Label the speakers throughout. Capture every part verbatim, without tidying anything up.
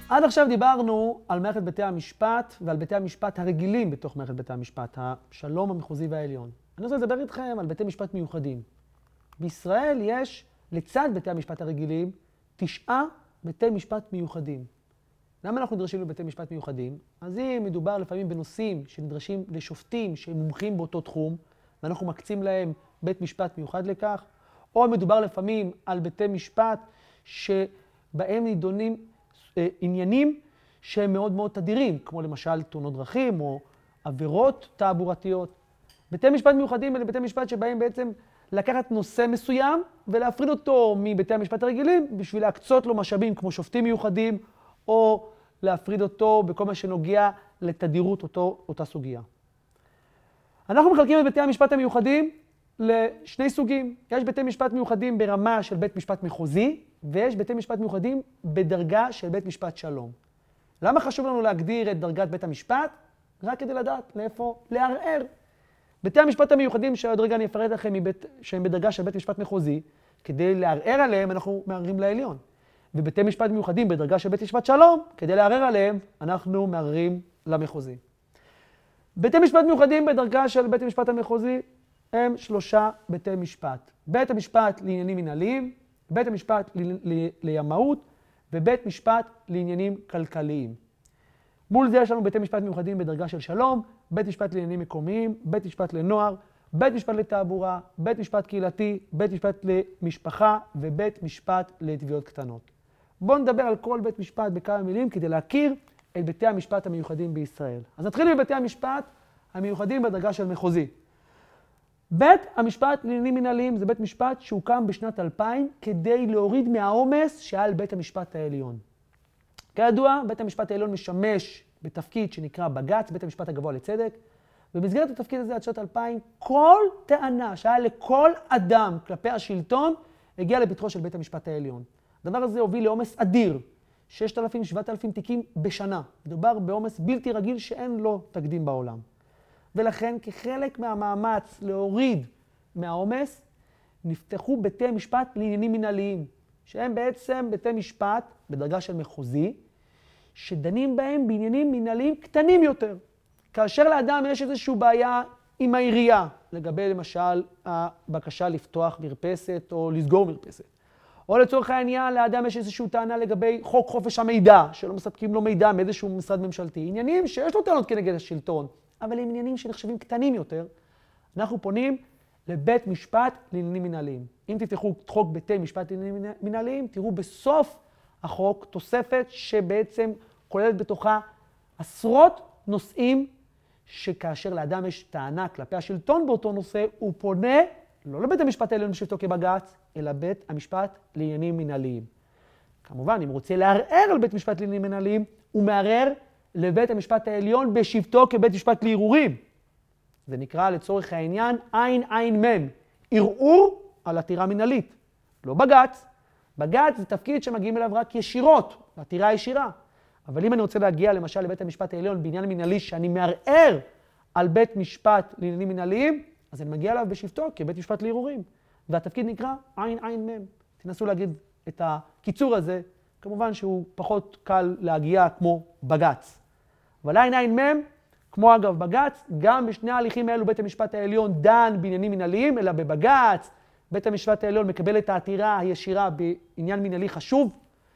Speaker 1: עד עכשיו דיברנו על מערכת בתי המשפט ועל בתי המשפט הרגילים בתוך מערכת בתי המשפט, השלום המחוזי והעליון. אני רוצה לדבר איתכם על בתי משפט מיוחדים. בישראל יש, לצד בתי המשפט הרגילים, תשעה בתי משפט מיוחדים. למה אנחנו נדרשים לבתי משפט מיוחדים? אז אם מדובר לפעמים בנושאים שנדרשים לשופטים שהם מומחים באותו תחום, ואנחנו מקצים להם בית משפט מיוחד לכך, או מדובר לפעמים על בתי משפט שבהם נידונים עניינים שהם מאוד מאוד תדירים, כמו למשל תאונות דרכים או עבירות תעבורתיות. בתי משפט מיוחדים אלה בתי משפט שבהם בעצם לקחת נושא מסוים ולהפריד אותו מבתי המשפט הרגילים בשביל להקצות לו משאבים כמו שופטים מיוחדים, או להפריד אותו בכל מה שנוגע לתדירות אותו, אותה סוגיה. אנחנו מחלקים את בתי המשפט המיוחדים לשני סוגים. יש בתי משפט מיוחדים ברמה של בית משפט מחוזי, ויש בתי משפט מיוחדים בדרגה של בית משפט שלום. למה חשוב לנו להגדיר את דרגת בית המשפט? רק כדי לדעת לאיפה לערער. בתי המשפט המיוחדים שעוד רגע אני אפרט לכם מבית, שהם בדרגה של בית משפט מחוזי, כדי לערער עליהם אנחנו מערערים לעליון. ובתי משפט מיוחדים בדרגה של בית משפט שלום, כדי לערער עליהם אנחנו מערערים למחוזי. בתי משפט מיוחדים בדרגה של בית המשפט המחוזי הם שלושה בתי משפט. בית המשפט לעניינים מנהליים, בית המשפט לימאות ובית משפט לעניינים כלכליים. מול זה יש לנו בתי משפט מיוחדים בדרגה של שלום, בית משפט לעניינים מקומיים, בית משפט לנוער, בית משפט לתעבורה, בית משפט קהילתי, בית משפט למשפחה ובית משפט לתביעות קטנות. בואו נדבר על כל בית משפט בכמה מילים כדי להכיר את בתי המשפט המיוחדים בישראל. אז נתחיל בבתי המשפט המיוחדים בדרגה של מחוזי. בית המשפט לעניינים מנהליים זה בית משפט שהוקם בשנת אלפיים כדי להוריד מהעומס שהיה על בית המשפט העליון. כידוע, בית המשפט העליון משמש בתפקיד שנקרא בג"ץ, בית המשפט הגבוה לצדק, ובמסגרת התפקיד הזה עד שנת אלפיים, כל טענה שהיה לכל אדם כלפי השלטון הגיעה לפתחו של בית המשפט העליון. הדבר הזה הוביל לעומס אדיר, ששת אלפים שבעת אלפים תיקים בשנה. מדובר בעומס בלתי רגיל שאין לו תקדים בעולם. ולכן כחלק מהמאמץ להוריד מהעומס, נפתחו בתי משפט לעניינים מנהליים, שהם בעצם בתי משפט בדרגה של מחוזי, שדנים בהם בעניינים מנהליים קטנים יותר. כאשר לאדם יש איזושהי בעיה עם העירייה, לגבי למשל הבקשה לפתוח מרפסת או לסגור מרפסת. או לצורך העניין, לאדם יש איזושהי טענה לגבי חוק חופש המידע, שלא מספקים לו מידע מאיזשהו משרד ממשלתי. עניינים שיש לו טענות כנגד השלטון, אבל הם עניינים שנחשבים קטנים יותר. אנחנו פונים לבית משפט לעניינים מנהליים. אם תפתחו את חוק בתי משפט לעניינים מנהליים, תראו בסוף החוק תוספת שבעצם כוללת בתוכה עשרות נושאים שכאשר לאדם יש טענה כלפי השלטון באותו נושא, הוא פונה לא לבית המשפט העליון בשבתו כבג"ץ, אלא בית המשפט לעניינים מנהליים. כמובן, אם הוא רוצה לערער על בית משפט לעניינים מנהליים, הוא מערער לבית המשפט העליון בשבתו כבית משפט לערעורים. זה נקרא לצורך העניין עין עין מם, ערעור על עתירה מנהלית, לא בג"ץ. בג"ץ זה תפקיד שמגיעים אליו רק ישירות, עתירה ישירה. אבל אם אני רוצה להגיע למשל לבית המשפט העליון בעניין מנהלי שאני מערער על בית משפט לעניינים מנהליים, אז אני מגיע אליו בשבתו כבית משפט לערעורים. והתפקיד נקרא עין עין מם. תנסו להגיד את הקיצור הזה, כמובן שהוא פחות קל להגיע כמו בג"ץ. אבל עין עין מם, כמו אגב בג"ץ, גם בשני ההליכים האלו בית המשפט העליון דן בעניינים מנהליים, אלא בבג"ץ בית המשפט העליון מקבל את העתירה הישירה בעניין מנהלי חשוב,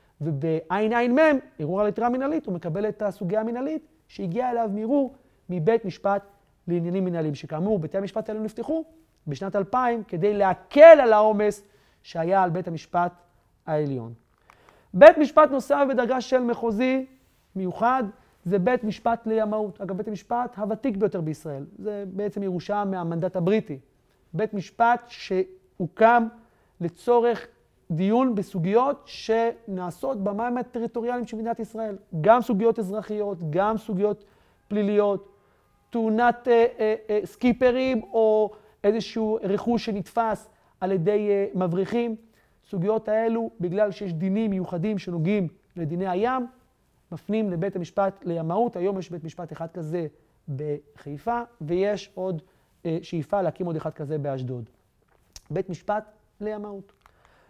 Speaker 1: ובעין עין מם, ערעור על עתירה מנהלית, הוא מקבל את הסוגיה המנהלית שהגיעה אליו מערעור מבית משפט לעניינים מנהליים, שכאמור בתי המשפט העליון נפתחו בשנת אלפיים כדי להקל על העומס שהיה על בית המשפט העליון. בית משפט נוסף בדרגה של מחוזי מיוחד זה בית משפט לימאות. אגב, בית המשפט הוותיק ביותר בישראל. זה בעצם ירושה מהמנדט הבריטי. בית משפט שהוקם לצורך דיון בסוגיות שנעשות במים הטריטוריאליים של מדינת ישראל. גם סוגיות אזרחיות, גם סוגיות פליליות, תאונת אה, אה, אה, סקיפרים או איזשהו רכוש שנתפס על ידי אה, מבריחים. סוגיות האלו, בגלל שיש דינים מיוחדים שנוגעים לדיני הים, מפנים לבית המשפט לימאות. היום יש בית משפט אחד כזה בחיפה, ויש עוד אה, שאיפה להקים עוד אחד כזה באשדוד. בית משפט לימאות.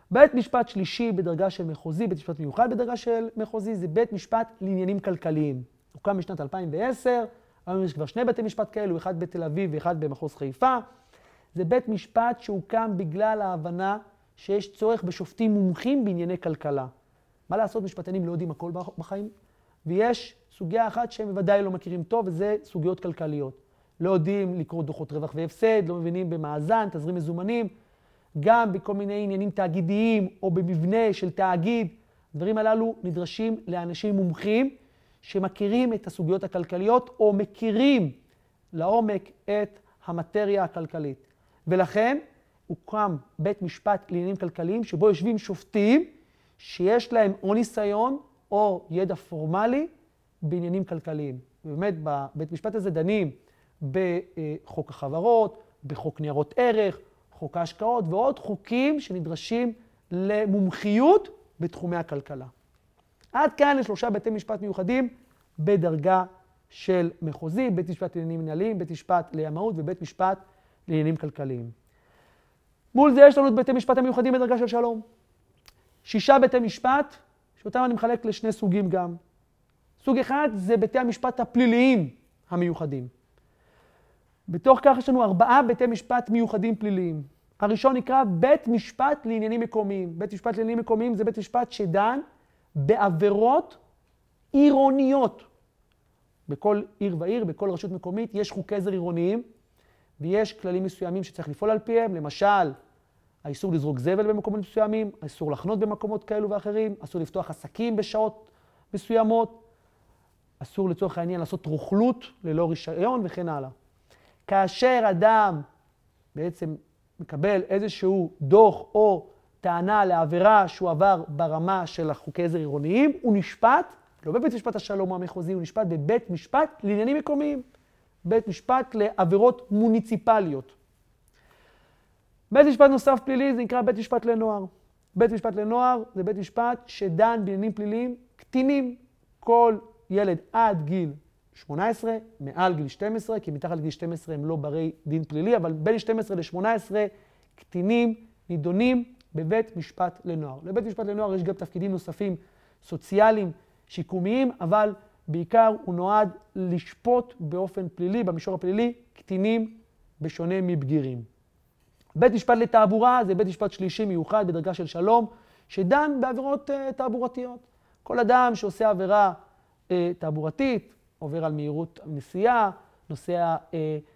Speaker 1: בית משפט שלישי בדרגה של מחוזי, בית משפט מיוחד בדרגה של מחוזי, זה בית משפט לעניינים כלכליים. הוקם בשנת אלפיים ועשר, היום יש כבר שני בתי משפט כאלו, אחד בתל אביב ואחד במחוז חיפה. זה בית משפט שהוקם בגלל ההבנה שיש צורך בשופטים מומחים בענייני כלכלה. מה לעשות, משפטנים לא יודעים הכל בחיים, ויש סוגיה אחת שהם בוודאי לא מכירים טוב, וזה סוגיות כלכליות. לא יודעים לקרוא דוחות רווח והפסד, לא מבינים במאזן, תזרים מזומנים, גם בכל מיני עניינים תאגידיים או במבנה של תאגיד. הדברים הללו נדרשים לאנשים מומחים שמכירים את הסוגיות הכלכליות או מכירים לעומק את המטריה הכלכלית. ולכן הוקם בית משפט לעניינים כלכליים שבו יושבים שופטים שיש להם או ניסיון או ידע פורמלי בעניינים כלכליים. ובאמת בבית משפט הזה דנים בחוק החברות, בחוק ניירות ערך, חוק ההשקעות ועוד חוקים שנדרשים למומחיות בתחומי הכלכלה. עד כאן לשלושה בתי משפט מיוחדים בדרגה של מחוזי, בית משפט לעניינים מנהליים, בית משפט לימאות ובית משפט לעניינים כלכליים. מול זה יש לנו את בתי משפט המיוחדים בדרגה של שלום. שישה בתי משפט, שאותם אני מחלק לשני סוגים גם. סוג אחד זה בתי המשפט הפליליים המיוחדים. בתוך כך יש לנו ארבעה בתי משפט מיוחדים פליליים. הראשון נקרא בית משפט לעניינים מקומיים. בית משפט לעניינים מקומיים זה בית משפט שדן בעבירות עירוניות. בכל עיר ועיר, בכל רשות מקומית, יש חוקי עזר עירוניים, ויש כללים מסוימים שצריך לפעול על פיהם. למשל, האיסור לזרוק זבל במקומות מסוימים, האיסור לחנות במקומות כאלו ואחרים, אסור לפתוח עסקים בשעות מסוימות, אסור לצורך העניין לעשות רוכלות ללא רישיון וכן הלאה. כאשר אדם בעצם מקבל איזשהו דוח או טענה לעבירה שהוא עבר ברמה של החוקי עזר עירוניים, הוא נשפט, לא בבית משפט השלום המחוזי, הוא נשפט בבית משפט לעניינים מקומיים. בית משפט לעבירות מוניציפליות. בית משפט נוסף פלילי זה נקרא בית משפט לנוער. בית משפט לנוער זה בית משפט שדן בעניינים פליליים קטינים. כל ילד עד גיל שמונה עשרה, מעל גיל שתים עשרה, כי מתחת לגיל שתים עשרה הם לא ברי דין פלילי, אבל בין שתים עשרה ל-שמונה עשרה קטינים נידונים בבית משפט לנוער. לבית משפט לנוער יש גם תפקידים נוספים סוציאליים, שיקומיים, אבל בעיקר הוא נועד לשפוט באופן פלילי, במישור הפלילי, קטינים בשונה מבגירים. בית משפט לתעבורה זה בית משפט שלישי מיוחד בדרגה של שלום, שדן בעבירות uh, תעבורתיות. כל אדם שעושה עבירה uh, תעבורתית, עובר על מהירות נסיעה, נוסע uh,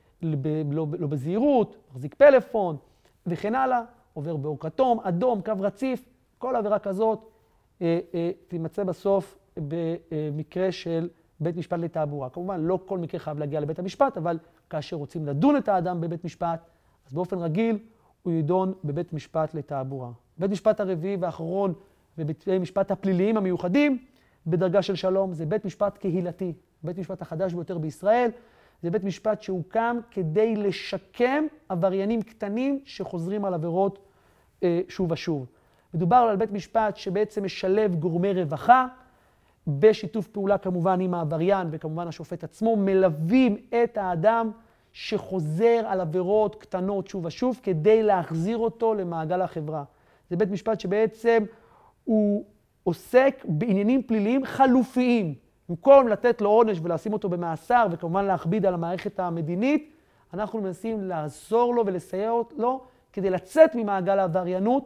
Speaker 1: ב- לא, לא בזהירות, מחזיק פלאפון וכן הלאה, עובר באור כתום, אדום, קו רציף, כל עבירה כזאת uh, uh, תימצא בסוף במקרה של בית משפט לתעבורה. כמובן, לא כל מקרה חייב להגיע לבית המשפט, אבל כאשר רוצים לדון את האדם בבית משפט, אז באופן רגיל הוא יידון בבית משפט לתעבורה. בית משפט הרביעי והאחרון ובתי משפט הפליליים המיוחדים בדרגה של שלום זה בית משפט קהילתי. בית משפט החדש ביותר בישראל זה בית משפט שהוקם כדי לשקם עבריינים קטנים שחוזרים על עבירות אה, שוב ושוב. מדובר על בית משפט שבעצם משלב גורמי רווחה, בשיתוף פעולה כמובן עם העבריין וכמובן השופט עצמו, מלווים את האדם שחוזר על עבירות קטנות שוב ושוב כדי להחזיר אותו למעגל החברה. זה בית משפט שבעצם הוא עוסק בעניינים פליליים חלופיים. במקום לתת לו עונש ולשים אותו במאסר וכמובן להכביד על המערכת המדינית, אנחנו מנסים לעזור לו ולסייע לו כדי לצאת ממעגל העבריינות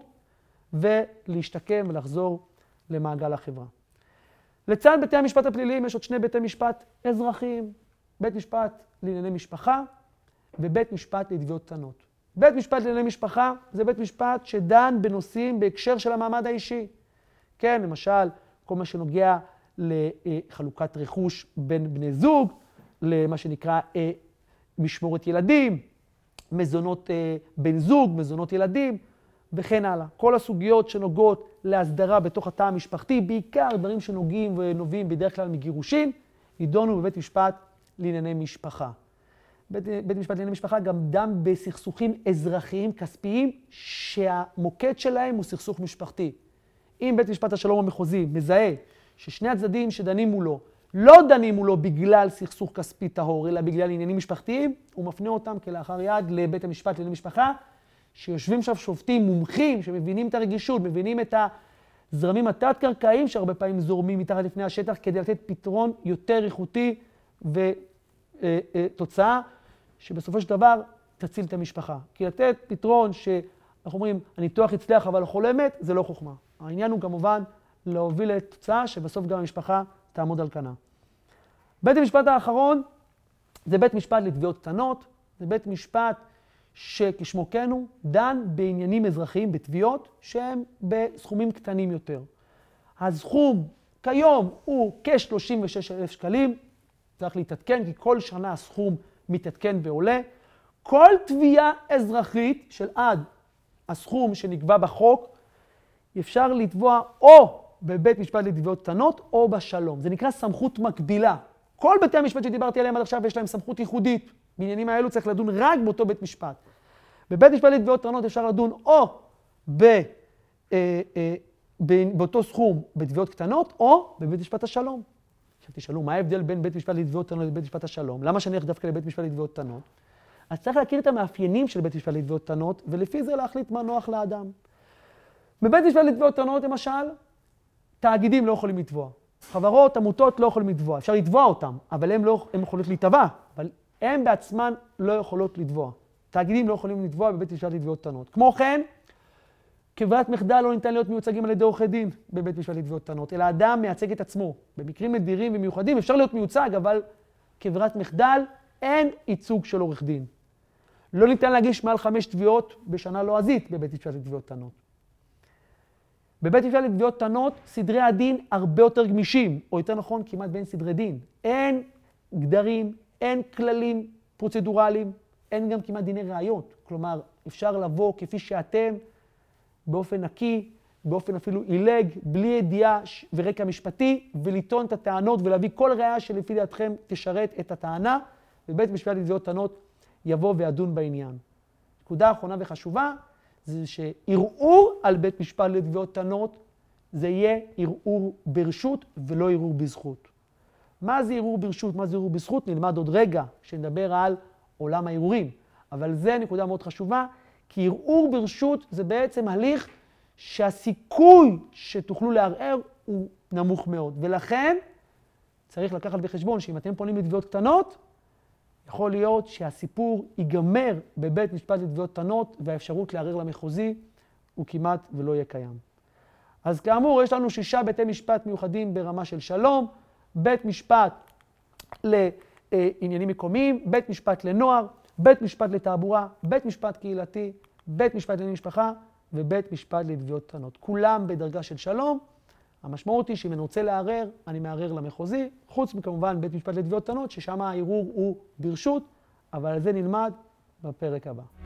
Speaker 1: ולהשתקם ולחזור למעגל החברה. לצד בתי המשפט הפליליים יש עוד שני בתי משפט אזרחיים, בית משפט לענייני משפחה ובית משפט לתביעות קטנות. בית משפט לענייני משפחה זה בית משפט שדן בנושאים בהקשר של המעמד האישי. כן, למשל, כל מה שנוגע לחלוקת רכוש בין בני זוג, למה שנקרא משמורת ילדים, מזונות בן זוג, מזונות ילדים וכן הלאה. כל הסוגיות שנוגעות להסדרה בתוך התא המשפחתי, בעיקר דברים שנוגעים ונובעים בדרך כלל מגירושין, יידונו בבית משפט לענייני משפחה. בית, בית משפט לענייני משפחה גם דן בסכסוכים אזרחיים כספיים שהמוקד שלהם הוא סכסוך משפחתי. אם בית משפט השלום המחוזי מזהה ששני הצדדים שדנים מולו לא דנים מולו בגלל סכסוך כספי טהור, אלא בגלל עניינים משפחתיים, הוא מפנה אותם כלאחר יד לבית המשפט לענייני משפחה, שיושבים שם שופטים מומחים, שמבינים את הרגישות, מבינים את הזרמים התת-קרקעיים, שהרבה פעמים זורמים מתחת לפני השטח, כדי לתת פתרון יותר איכותי ותוצאה, שבסופו של דבר תציל את המשפחה. כי לתת פתרון שאנחנו אומרים, הניתוח הצליח אבל החולה מת, זה לא חוכמה. העניין הוא כמובן להוביל לתוצאה שבסוף גם המשפחה תעמוד על כנה. בית המשפט האחרון זה בית משפט לתביעות קטנות, זה בית משפט שכשמו כן הוא דן בעניינים אזרחיים, בתביעות שהם בסכומים קטנים יותר. הסכום כיום הוא כ-שלושים ושש אלף שקלים, צריך להתעדכן כי כל שנה הסכום מתעדכן ועולה. כל תביעה אזרחית של עד הסכום שנקבע בחוק, אפשר לתבוע או בבית משפט לתביעות קטנות או בשלום. זה נקרא סמכות מקבילה. כל בתי המשפט שדיברתי עליהם עד עכשיו יש להם סמכות ייחודית. בעניינים האלו צריך לדון רק באותו בית משפט. בבית משפט לתביעות קטנות אפשר לדון או ב, אה, אה, באותו סכום בתביעות קטנות או בבית משפט השלום. עכשיו תשאלו, מה ההבדל בין בית משפט לתביעות קטנות לבית משפט השלום? למה שאני אלך דווקא לבית משפט לתביעות קטנות? אז צריך להכיר את המאפיינים של בית משפט לתביעות קטנות, ולפי זה להחליט מה נוח לאדם. בבית משפט לתביעות קטנות, למשל, תאגידים לא יכולים לתבוע. חברות, עמותות לא יכולים לתבוע. אפשר לתבוע אותם, אבל הם לא, הם יכולות להתבע, אבל הם בעצמן לא יכולות לתבוע. תאגידים לא יכולים לתבוע בבית משפט לתביעות קטנות. כמו כן, כברירת מחדל לא ניתן להיות מיוצגים על ידי עורכי דין בבית משפט לתביעות קטנות, אלא אדם מייצג את עצמו. במקרים נדירים ומיוחדים אפשר להיות מיוצג, אבל כברירת מחדל אין ייצוג של עורך דין. לא ניתן להגיש מעל חמש תביעות בשנה לועזית בבית משפט לתביעות קטנות. בבית משפט לתביעות קטנות סדרי הדין הרבה יותר גמישים, או יותר נכון כמעט בין סדרי דין. אין גדרים, אין כללים פרוצדורליים, אין גם כמעט דיני ראיות. כלומר, אפשר לבוא כפי שאתם, באופן נקי, באופן אפילו עילג, בלי ידיעה ורקע משפטי, ולטעון את הטענות ולהביא כל ראיה שלפי דעתכם תשרת את הטענה, ובית משפט לתביעות קטנות יבוא וידון בעניין. נקודה אחרונה וחשובה, זה שערעור על בית משפט לתביעות קטנות, זה יהיה ערעור ברשות ולא ערעור בזכות. מה זה ערעור ברשות, מה זה ערעור בזכות? נלמד עוד רגע שנדבר על עולם הערעורים. אבל זה נקודה מאוד חשובה, כי ערעור ברשות זה בעצם הליך שהסיכוי שתוכלו לערער הוא נמוך מאוד. ולכן צריך לקחת בחשבון שאם אתם פונים לתביעות קטנות, יכול להיות שהסיפור ייגמר בבית משפט לתביעות קטנות, והאפשרות לערער למחוזי הוא כמעט ולא יהיה קיים. אז כאמור, יש לנו שישה בתי משפט מיוחדים ברמה של שלום, בית משפט לעניינים מקומיים, בית משפט לנוער, בית משפט לתעבורה, בית משפט קהילתי, בית משפט לענייני משפחה ובית משפט לתביעות קטנות. כולם בדרגה של שלום. המשמעות היא שאם אני רוצה לערער, אני מערער למחוזי, חוץ מכמובן בית משפט לתביעות קטנות, ששם הערעור הוא ברשות, אבל על זה נלמד בפרק הבא.